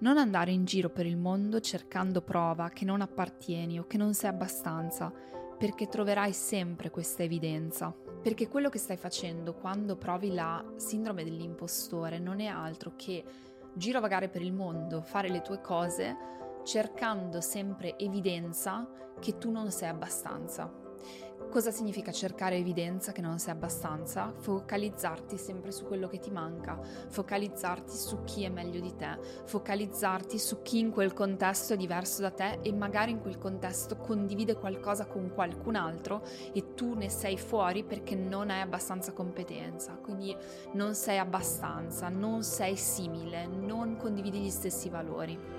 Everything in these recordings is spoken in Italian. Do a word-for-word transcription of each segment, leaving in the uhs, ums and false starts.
Non andare in giro per il mondo cercando prova che non appartieni o che non sei abbastanza, perché troverai sempre questa evidenza. Perché quello che stai facendo quando provi la sindrome dell'impostore non è altro che girovagare per il mondo, fare le tue cose, cercando sempre evidenza che tu non sei abbastanza. Cosa significa cercare evidenza che non sei abbastanza? Focalizzarti sempre su quello che ti manca, focalizzarti su chi è meglio di te, focalizzarti su chi in quel contesto è diverso da te e magari in quel contesto condivide qualcosa con qualcun altro e tu ne sei fuori perché non hai abbastanza competenza, quindi non sei abbastanza, non sei simile, non condividi gli stessi valori.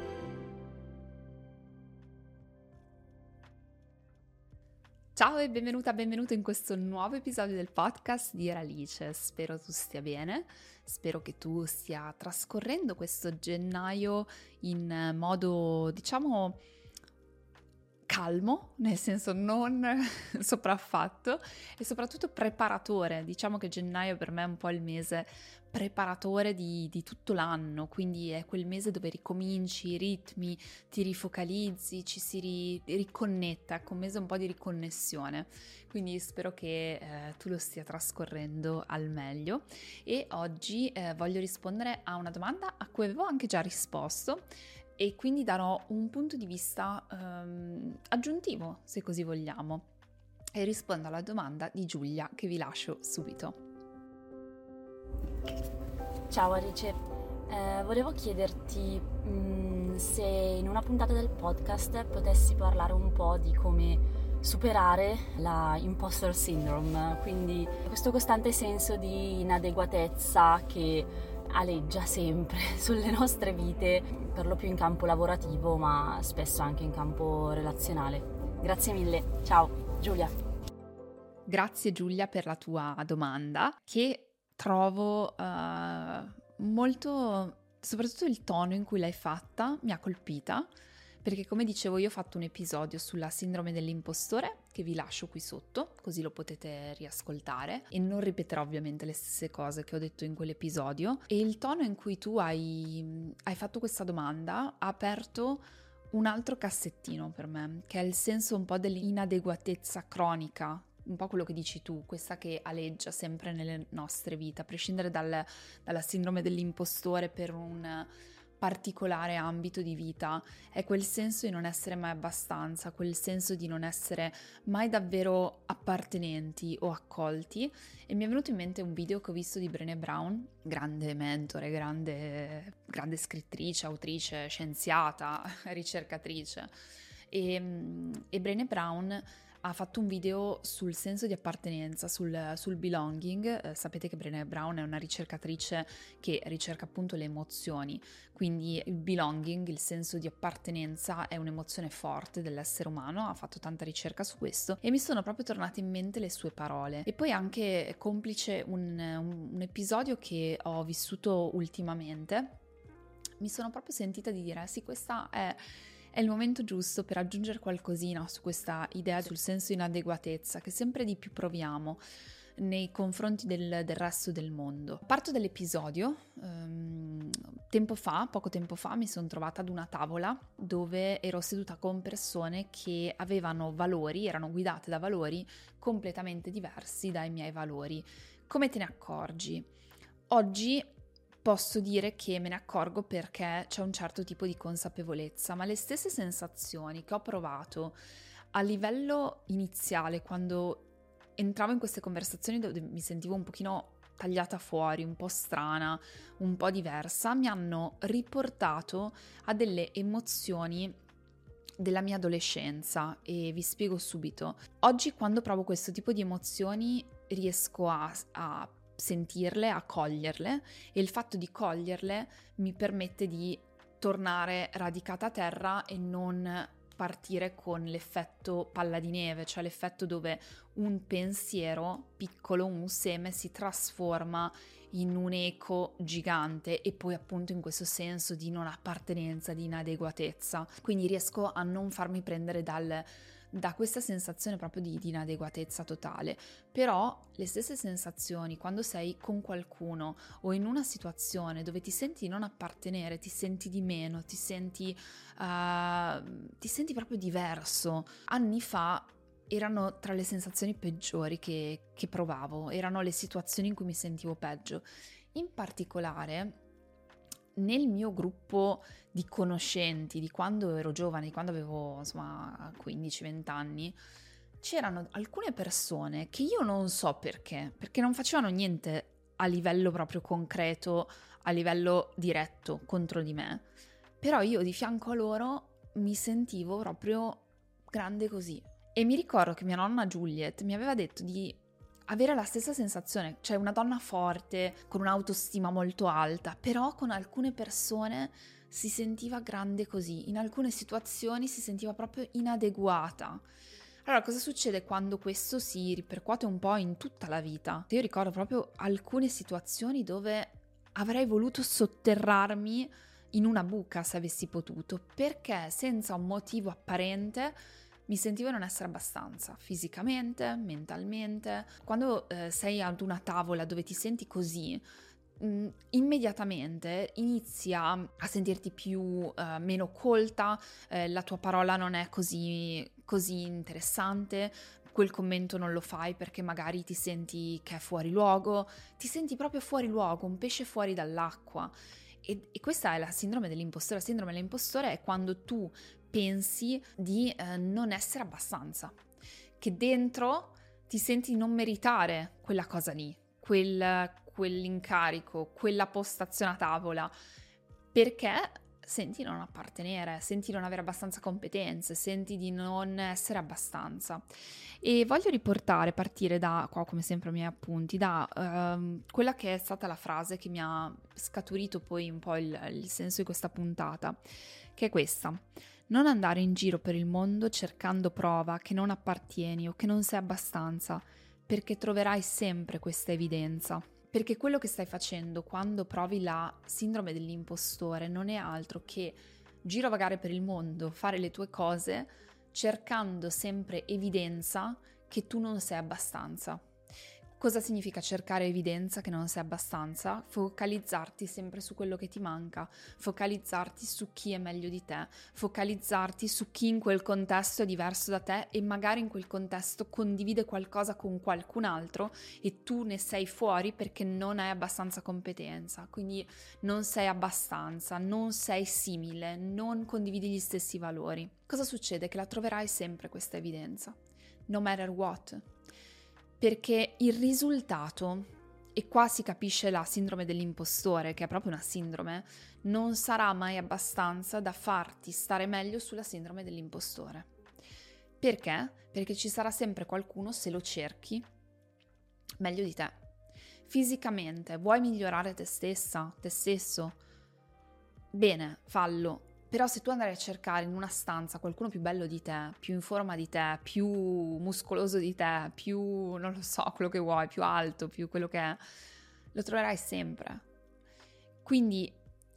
Ciao e benvenuta, benvenuto in questo nuovo episodio del podcast di Ralice. Spero tu stia bene, spero che tu stia trascorrendo questo gennaio in modo, diciamo, calmo, nel senso non sopraffatto e soprattutto preparatore. Diciamo che gennaio per me è un po' il mese preparatore di, di tutto l'anno, quindi è quel mese dove ricominci i ritmi, ti rifocalizzi, ci si ri, riconnetta, ecco, un mese un po' di riconnessione, quindi spero che eh, tu lo stia trascorrendo al meglio. E oggi eh, voglio rispondere a una domanda a cui avevo anche già risposto e quindi darò un punto di vista um, aggiuntivo, se così vogliamo, e rispondo alla domanda di Giulia che vi lascio subito. Ciao Alice, eh, volevo chiederti mh, se in una puntata del podcast potessi parlare un po' di come superare la imposter syndrome, quindi questo costante senso di inadeguatezza che aleggia sempre sulle nostre vite, per lo più in campo lavorativo, ma spesso anche in campo relazionale. Grazie mille, ciao Giulia. Grazie Giulia per la tua domanda, che trovo uh, molto, soprattutto il tono in cui l'hai fatta mi ha colpita, perché come dicevo io ho fatto un episodio sulla sindrome dell'impostore che vi lascio qui sotto, così lo potete riascoltare, e non ripeterò ovviamente le stesse cose che ho detto in quell'episodio, e il tono in cui tu hai, hai fatto questa domanda ha aperto un altro cassettino per me, che è il senso un po' dell'inadeguatezza cronica, un po' quello che dici tu, questa che aleggia sempre nelle nostre vite, a prescindere dal, dalla sindrome dell'impostore per un particolare ambito di vita, è quel senso di non essere mai abbastanza, quel senso di non essere mai davvero appartenenti o accolti. E mi è venuto in mente un video che ho visto di Brené Brown, grande mentore, grande, grande scrittrice, autrice, scienziata, ricercatrice, e, e Brené Brown ha fatto un video sul senso di appartenenza, sul, sul belonging. Eh, sapete che Brené Brown è una ricercatrice che ricerca appunto le emozioni, quindi il belonging, il senso di appartenenza, è un'emozione forte dell'essere umano, ha fatto tanta ricerca su questo e mi sono proprio tornate in mente le sue parole. E poi anche complice un, un, un episodio che ho vissuto ultimamente, mi sono proprio sentita di dire sì, questa è... È il momento giusto per aggiungere qualcosina su questa idea sul senso di inadeguatezza che sempre di più proviamo nei confronti del, del resto del mondo. Parto dall'episodio. Um, tempo fa, poco tempo fa, mi sono trovata ad una tavola dove ero seduta con persone che avevano valori, erano guidate da valori completamente diversi dai miei valori. Come te ne accorgi? Oggi posso dire che me ne accorgo perché c'è un certo tipo di consapevolezza, ma le stesse sensazioni che ho provato a livello iniziale quando entravo in queste conversazioni dove mi sentivo un pochino tagliata fuori, un po' strana, un po' diversa, mi hanno riportato a delle emozioni della mia adolescenza e vi spiego subito. Oggi quando provo questo tipo di emozioni riesco a, a sentirle, a coglierle, e il fatto di coglierle mi permette di tornare radicata a terra e non partire con l'effetto palla di neve, cioè l'effetto dove un pensiero piccolo, un seme, si trasforma in un eco gigante e poi appunto in questo senso di non appartenenza, di inadeguatezza. Quindi riesco a non farmi prendere dal da questa sensazione proprio di, di inadeguatezza totale. Però le stesse sensazioni quando sei con qualcuno o in una situazione dove ti senti non appartenere, ti senti di meno, ti senti, uh, ti senti proprio diverso. Anni fa erano tra le sensazioni peggiori che, che provavo, erano le situazioni in cui mi sentivo peggio. In particolare nel mio gruppo di conoscenti, di quando ero giovane, di quando avevo insomma quindici venti anni, c'erano alcune persone che io non so perché, perché non facevano niente a livello proprio concreto, a livello diretto contro di me, però io di fianco a loro mi sentivo proprio grande così. E mi ricordo che mia nonna Juliet mi aveva detto di avere la stessa sensazione, cioè una donna forte, con un'autostima molto alta, però con alcune persone si sentiva grande così, in alcune situazioni si sentiva proprio inadeguata. Allora, cosa succede quando questo si ripercuote un po' in tutta la vita? Io ricordo proprio alcune situazioni dove avrei voluto sotterrarmi in una buca se avessi potuto, perché senza un motivo apparente mi sentivo non essere abbastanza, fisicamente, mentalmente. Quando eh, sei ad una tavola dove ti senti così, mh, immediatamente inizi a, a sentirti più, eh, meno colta, eh, la tua parola non è così, così interessante, quel commento non lo fai perché magari ti senti che è fuori luogo, ti senti proprio fuori luogo, un pesce fuori dall'acqua. E, e questa è la sindrome dell'impostore. La sindrome dell'impostore è quando tu pensi di eh, non essere abbastanza, che dentro ti senti non meritare quella cosa lì, quel, quell'incarico, quella postazione a tavola, perché senti non appartenere, senti non avere abbastanza competenze, senti di non essere abbastanza. E voglio riportare, partire da, qua come sempre i miei appunti, da uh, quella che è stata la frase che mi ha scaturito poi un po' il, il senso di questa puntata, che è questa: non andare in giro per il mondo cercando prova che non appartieni o che non sei abbastanza, perché troverai sempre questa evidenza. Perché quello che stai facendo quando provi la sindrome dell'impostore non è altro che girovagare per il mondo, fare le tue cose, cercando sempre evidenza che tu non sei abbastanza. Cosa significa cercare evidenza che non sei abbastanza? Focalizzarti sempre su quello che ti manca, focalizzarti su chi è meglio di te, focalizzarti su chi in quel contesto è diverso da te e magari in quel contesto condivide qualcosa con qualcun altro e tu ne sei fuori perché non hai abbastanza competenza, quindi non sei abbastanza, non sei simile, non condividi gli stessi valori. Cosa succede? Che la troverai sempre questa evidenza, no matter what. Perché il risultato, e qua si capisce la sindrome dell'impostore, che è proprio una sindrome, non sarà mai abbastanza da farti stare meglio sulla sindrome dell'impostore. Perché? Perché ci sarà sempre qualcuno, se lo cerchi, meglio di te. Fisicamente, vuoi migliorare te stessa, te stesso? Bene, fallo. Però se tu andrai a cercare in una stanza qualcuno più bello di te, più in forma di te, più muscoloso di te, più, non lo so, quello che vuoi, più alto, più quello che è, lo troverai sempre. Quindi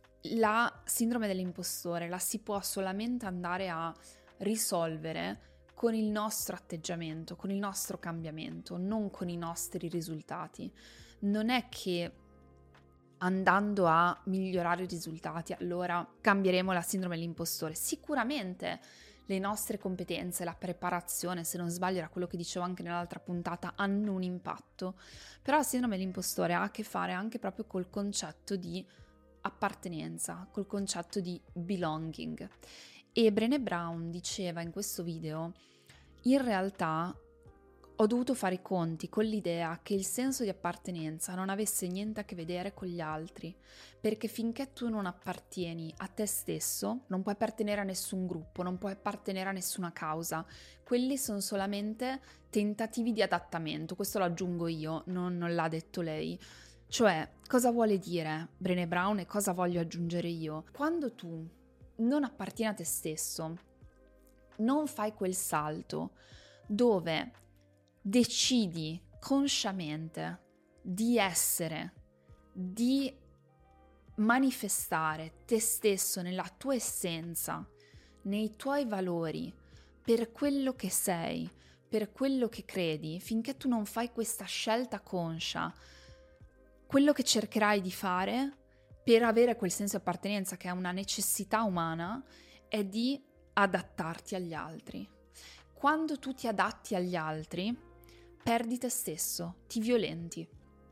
la sindrome dell'impostore la si può solamente andare a risolvere con il nostro atteggiamento, con il nostro cambiamento, non con i nostri risultati. Non è che andando a migliorare i risultati allora cambieremo la sindrome dell'impostore. Sicuramente le nostre competenze, la preparazione, se non sbaglio era quello che dicevo anche nell'altra puntata, hanno un impatto, però la sindrome dell'impostore ha a che fare anche proprio col concetto di appartenenza, col concetto di belonging. E Brené Brown diceva in questo video: in realtà ho dovuto fare i conti con l'idea che il senso di appartenenza non avesse niente a che vedere con gli altri, perché finché tu non appartieni a te stesso, non puoi appartenere a nessun gruppo, non puoi appartenere a nessuna causa. Quelli sono solamente tentativi di adattamento, questo lo aggiungo io, non, non l'ha detto lei. Cioè, cosa vuole dire Brené Brown e cosa voglio aggiungere io? Quando tu non appartieni a te stesso, non fai quel salto dove decidi consciamente di essere, di manifestare te stesso nella tua essenza, nei tuoi valori, per quello che sei, per quello che credi, finché tu non fai questa scelta conscia, quello che cercherai di fare per avere quel senso di appartenenza che è una necessità umana è di adattarti agli altri. Quando tu ti adatti agli altri, perdi te stesso, ti violenti.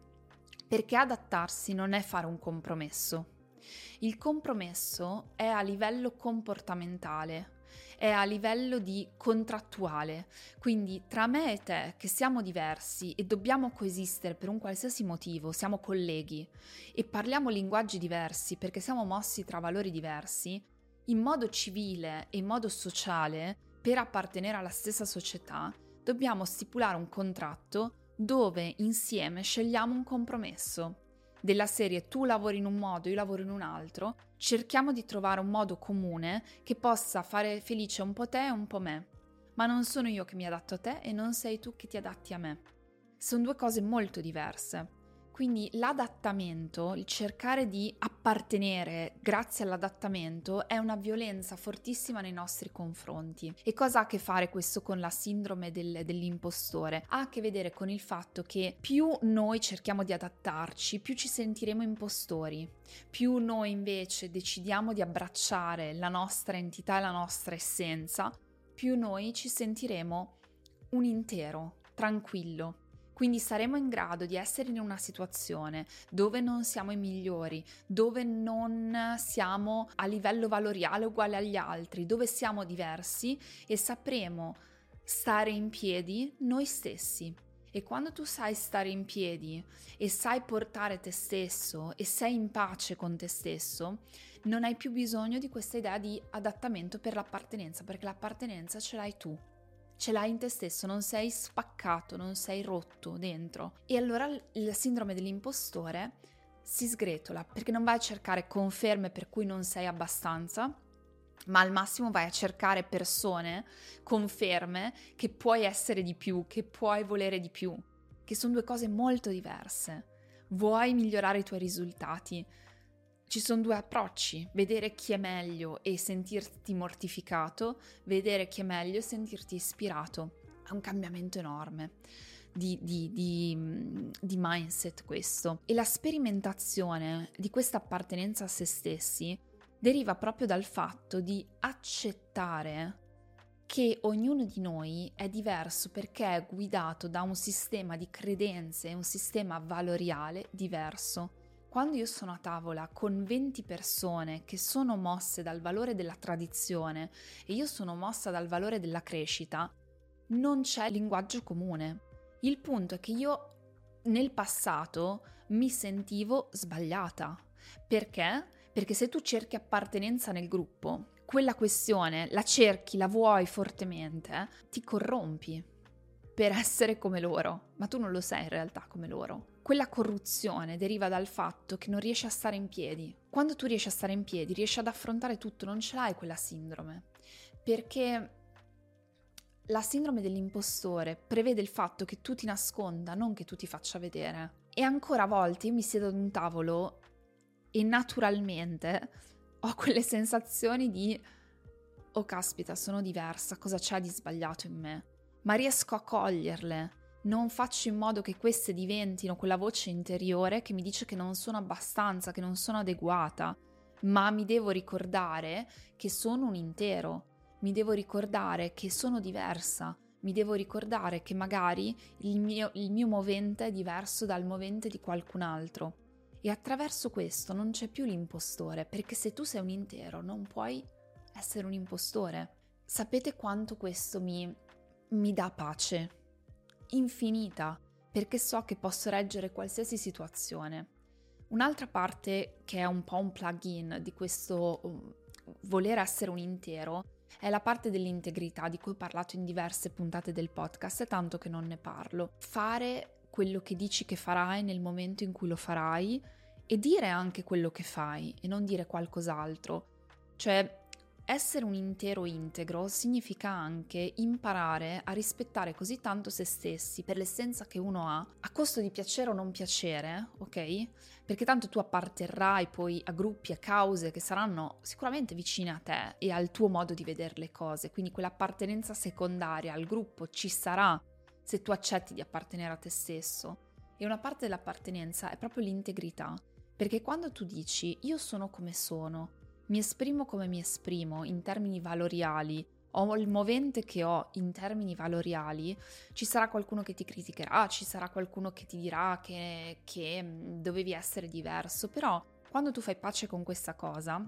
Perché adattarsi non è fare un compromesso. Il compromesso è a livello comportamentale, è a livello di contrattuale. Quindi tra me e te, che siamo diversi e dobbiamo coesistere per un qualsiasi motivo, siamo colleghi e parliamo linguaggi diversi perché siamo mossi tra valori diversi, in modo civile e in modo sociale, per appartenere alla stessa società, dobbiamo stipulare un contratto dove insieme scegliamo un compromesso. Della serie tu lavori in un modo, io lavoro in un altro, cerchiamo di trovare un modo comune che possa fare felice un po' te e un po' me. Ma non sono io che mi adatto a te e non sei tu che ti adatti a me. Sono due cose molto diverse. Quindi l'adattamento, il cercare di appartenere grazie all'adattamento è una violenza fortissima nei nostri confronti. E cosa ha a che fare questo con la sindrome del, dell'impostore? Ha a che vedere con il fatto che più noi cerchiamo di adattarci, più ci sentiremo impostori. Più noi invece decidiamo di abbracciare la nostra entità e la nostra essenza, più noi ci sentiremo un intero, tranquillo. Quindi saremo in grado di essere in una situazione dove non siamo i migliori, dove non siamo a livello valoriale uguale agli altri, dove siamo diversi e sapremo stare in piedi noi stessi. E quando tu sai stare in piedi e sai portare te stesso e sei in pace con te stesso, non hai più bisogno di questa idea di adattamento per l'appartenenza, perché l'appartenenza ce l'hai tu. Ce l'hai in te stesso, non sei spaccato, non sei rotto dentro. E allora la sindrome dell'impostore si sgretola, perché non vai a cercare conferme per cui non sei abbastanza, ma al massimo vai a cercare persone, conferme che puoi essere di più, che puoi volere di più, che sono due cose molto diverse. Vuoi migliorare i tuoi risultati? Ci sono due approcci, vedere chi è meglio e sentirti mortificato, vedere chi è meglio e sentirti ispirato. È un cambiamento enorme di, di, di, di mindset questo. E la sperimentazione di questa appartenenza a se stessi deriva proprio dal fatto di accettare che ognuno di noi è diverso perché è guidato da un sistema di credenze e un sistema valoriale diverso. Quando io sono a tavola con venti persone che sono mosse dal valore della tradizione e io sono mossa dal valore della crescita, non c'è linguaggio comune. Il punto è che io nel passato mi sentivo sbagliata. Perché? Perché se tu cerchi appartenenza nel gruppo, quella questione la cerchi, la vuoi fortemente, ti corrompi per essere come loro, ma tu non lo sei in realtà come loro. Quella corruzione deriva dal fatto che non riesci a stare in piedi. Quando tu riesci a stare in piedi, riesci ad affrontare tutto, non ce l'hai quella sindrome. Perché la sindrome dell'impostore prevede il fatto che tu ti nasconda, non che tu ti faccia vedere. E ancora a volte io mi siedo ad un tavolo e naturalmente ho quelle sensazioni di oh caspita, sono diversa, cosa c'è di sbagliato in me? Ma riesco a coglierle. Non faccio in modo che queste diventino quella voce interiore che mi dice che non sono abbastanza, che non sono adeguata, ma mi devo ricordare che sono un intero, mi devo ricordare che sono diversa, mi devo ricordare che magari il mio, il mio movente è diverso dal movente di qualcun altro. E attraverso questo non c'è più l'impostore, perché se tu sei un intero non puoi essere un impostore. Sapete quanto questo mi, mi dà pace? Infinita, perché so che posso reggere qualsiasi situazione. Un'altra parte che è un po' un plugin di questo um, voler essere un intero è la parte dell'integrità di cui ho parlato in diverse puntate del podcast, è tanto che non ne parlo. Fare quello che dici che farai nel momento in cui lo farai e dire anche quello che fai e non dire qualcos'altro. Cioè essere un intero integro significa anche imparare a rispettare così tanto se stessi per l'essenza che uno ha, a costo di piacere o non piacere, ok? Perché tanto tu apparterrai poi a gruppi, a cause che saranno sicuramente vicine a te e al tuo modo di vedere le cose, quindi quell'appartenenza secondaria al gruppo ci sarà se tu accetti di appartenere a te stesso. E una parte dell'appartenenza è proprio l'integrità, perché quando tu dici io sono come sono, mi esprimo come mi esprimo in termini valoriali, ho il movente che ho in termini valoriali, ci sarà qualcuno che ti criticherà, ci sarà qualcuno che ti dirà che, che dovevi essere diverso, però quando tu fai pace con questa cosa,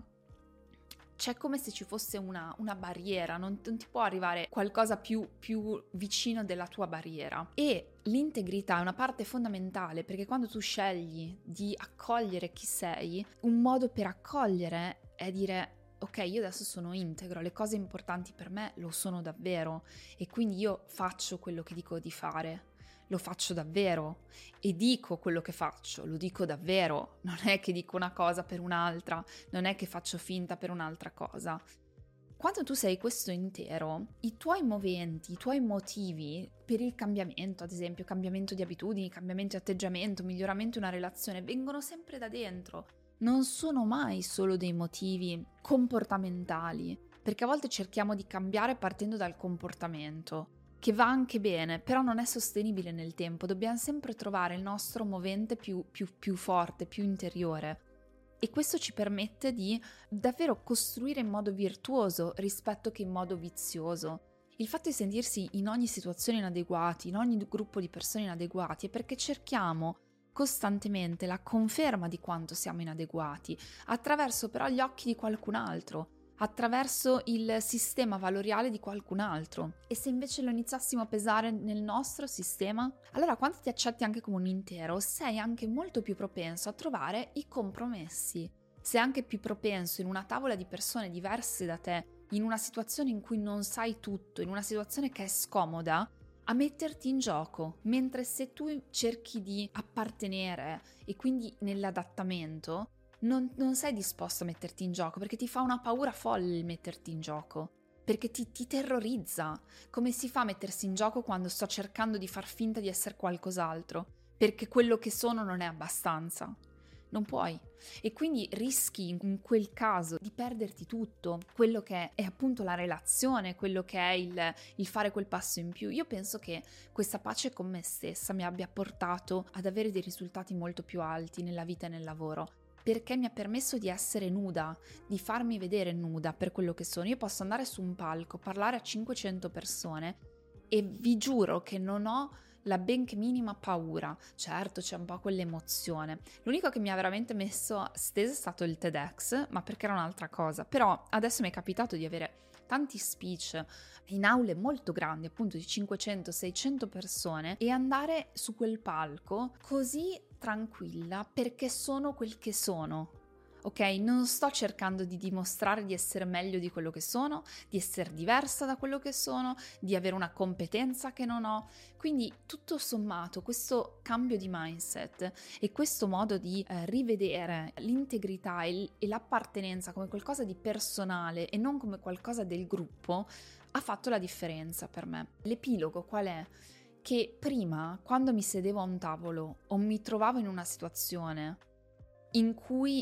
c'è come se ci fosse una, una barriera, non, non ti può arrivare qualcosa più, più vicino della tua barriera. E l'integrità è una parte fondamentale, perché quando tu scegli di accogliere chi sei, un modo per accogliere è dire ok, io adesso sono integro, le cose importanti per me lo sono davvero e quindi io faccio quello che dico di fare, lo faccio davvero e dico quello che faccio, lo dico davvero, non è che dico una cosa per un'altra, non è che faccio finta per un'altra cosa. Quando tu sei questo intero, i tuoi moventi, i tuoi motivi per il cambiamento, ad esempio cambiamento di abitudini, cambiamento di atteggiamento, miglioramento di una relazione, vengono sempre da dentro. Non sono mai solo dei motivi comportamentali, perché a volte cerchiamo di cambiare partendo dal comportamento, che va anche bene, però non è sostenibile nel tempo, dobbiamo sempre trovare il nostro movente più, più, più forte, più interiore. E questo ci permette di davvero costruire in modo virtuoso rispetto che in modo vizioso. Il fatto di sentirsi in ogni situazione inadeguati, in ogni gruppo di persone inadeguati, è perché cerchiamo costantemente la conferma di quanto siamo inadeguati, attraverso però gli occhi di qualcun altro, attraverso il sistema valoriale di qualcun altro. E se invece lo iniziassimo a pesare nel nostro sistema, allora quando ti accetti anche come un intero, sei anche molto più propenso a trovare i compromessi. Sei anche più propenso in una tavola di persone diverse da te, in una situazione in cui non sai tutto, in una situazione che è scomoda, a metterti in gioco, mentre se tu cerchi di appartenere e quindi nell'adattamento non, non sei disposto a metterti in gioco perché ti fa una paura folle il metterti in gioco, perché ti, ti terrorizza. Come si fa a mettersi in gioco quando sto cercando di far finta di essere qualcos'altro? Perché quello che sono non è abbastanza. Non puoi. E quindi rischi in quel caso di perderti tutto, quello che è appunto la relazione, quello che è il, il fare quel passo in più. Io penso che questa pace con me stessa mi abbia portato ad avere dei risultati molto più alti nella vita e nel lavoro, perché mi ha permesso di essere nuda, di farmi vedere nuda per quello che sono. Io posso andare su un palco, parlare a cinquecento persone e vi giuro che non ho la benché minima paura. Certo, c'è un po' quell'emozione. L'unico che mi ha veramente messo stesa è stato il TEDx, ma perché era un'altra cosa. Però adesso mi è capitato di avere tanti speech in aule molto grandi, appunto di cinquecento seicento persone, e andare su quel palco così tranquilla perché sono quel che sono. Ok, non sto cercando di dimostrare di essere meglio di quello che sono, di essere diversa da quello che sono, di avere una competenza che non ho. Quindi tutto sommato questo cambio di mindset e questo modo di eh, rivedere l'integrità e, e l'appartenenza come qualcosa di personale e non come qualcosa del gruppo ha fatto la differenza per me. L'epilogo qual è? Che prima, quando mi sedevo a un tavolo o mi trovavo in una situazione in cui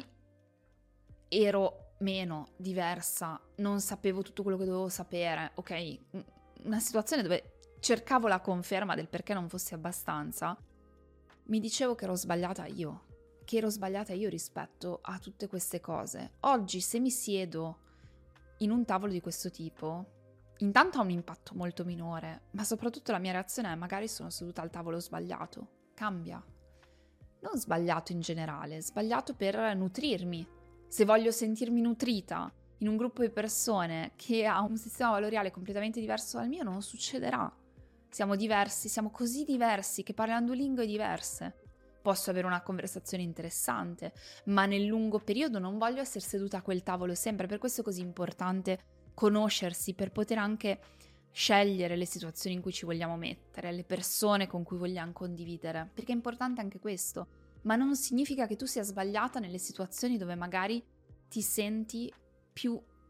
ero meno diversa, non sapevo tutto quello che dovevo sapere, ok? Una situazione dove cercavo la conferma del perché non fossi abbastanza, mi dicevo che ero sbagliata io, che ero sbagliata io rispetto a tutte queste cose. Oggi se mi siedo in un tavolo di questo tipo, intanto ha un impatto molto minore, ma soprattutto la mia reazione è magari sono seduta al tavolo sbagliato. Cambia. Non sbagliato in generale, sbagliato per nutrirmi. Se voglio sentirmi nutrita in un gruppo di persone che ha un sistema valoriale completamente diverso dal mio, non succederà. Siamo diversi, siamo così diversi che parlando lingue diverse. Posso avere una conversazione interessante, ma nel lungo periodo non voglio essere seduta a quel tavolo sempre. Per questo è così importante conoscersi, per poter anche scegliere le situazioni in cui ci vogliamo mettere, le persone con cui vogliamo condividere, perché è importante anche questo. Ma non significa che tu sia sbagliata nelle situazioni dove magari ti senti più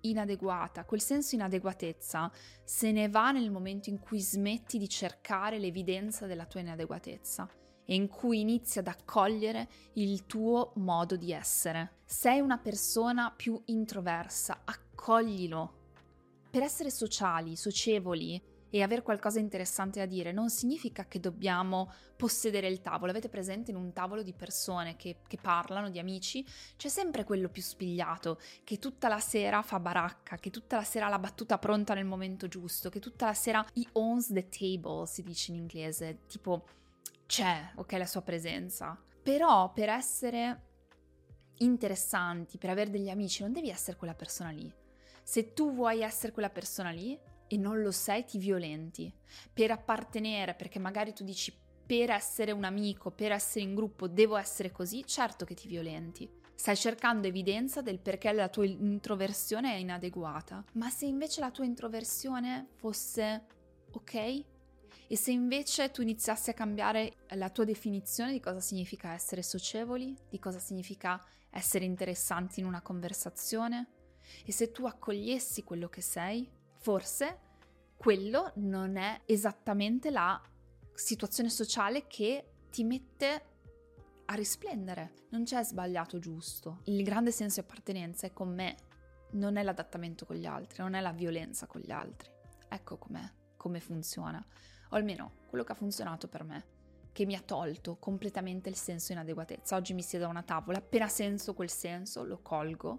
inadeguata, quel senso di inadeguatezza se ne va nel momento in cui smetti di cercare l'evidenza della tua inadeguatezza e in cui inizi ad accogliere il tuo modo di essere. Sei una persona più introversa, accoglilo. Per essere sociali, socievoli e avere qualcosa di interessante da dire non significa che dobbiamo possedere il tavolo. Avete presente in un tavolo di persone che, che parlano, di amici, c'è sempre quello più spigliato, che tutta la sera fa baracca, che tutta la sera ha la battuta pronta nel momento giusto, che tutta la sera he owns the table, si dice in inglese, tipo c'è, ok, la sua presenza. Però per essere interessanti, per avere degli amici, non devi essere quella persona lì. Se tu vuoi essere quella persona lì e non lo sei, ti violenti. Per appartenere, perché magari tu dici per essere un amico, per essere in gruppo, devo essere così, certo che ti violenti. Stai cercando evidenza del perché la tua introversione è inadeguata. Ma se invece la tua introversione fosse ok? E se invece tu iniziassi a cambiare la tua definizione di cosa significa essere socievoli, di cosa significa essere interessanti in una conversazione, e se tu accogliessi quello che sei, forse quello non è esattamente la situazione sociale che ti mette a risplendere. Non c'è sbagliato o giusto. Il grande senso di appartenenza è con me, non è l'adattamento con gli altri, non è la violenza con gli altri. Ecco com'è, come funziona. O almeno quello che ha funzionato per me, che mi ha tolto completamente il senso di inadeguatezza. Oggi mi siedo a una tavola, appena senso quel senso, lo colgo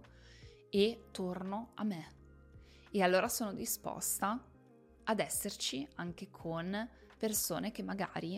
e torno a me. E allora sono disposta ad esserci anche con persone che magari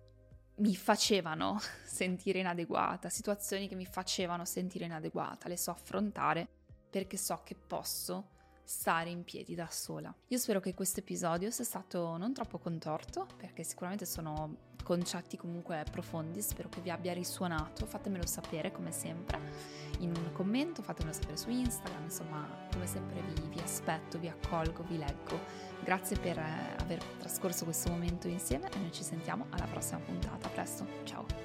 mi facevano sentire inadeguata, situazioni che mi facevano sentire inadeguata, le so affrontare perché so che posso stare in piedi da sola. Io spero che questo episodio sia stato non troppo contorto, perché sicuramente sono concetti comunque profondi, spero che vi abbia risuonato. Fatemelo sapere come sempre in un commento, fatemelo sapere su Instagram, insomma come sempre vi, vi aspetto, vi accolgo, vi leggo. Grazie per eh, aver trascorso questo momento insieme e noi ci sentiamo alla prossima puntata. A presto, ciao!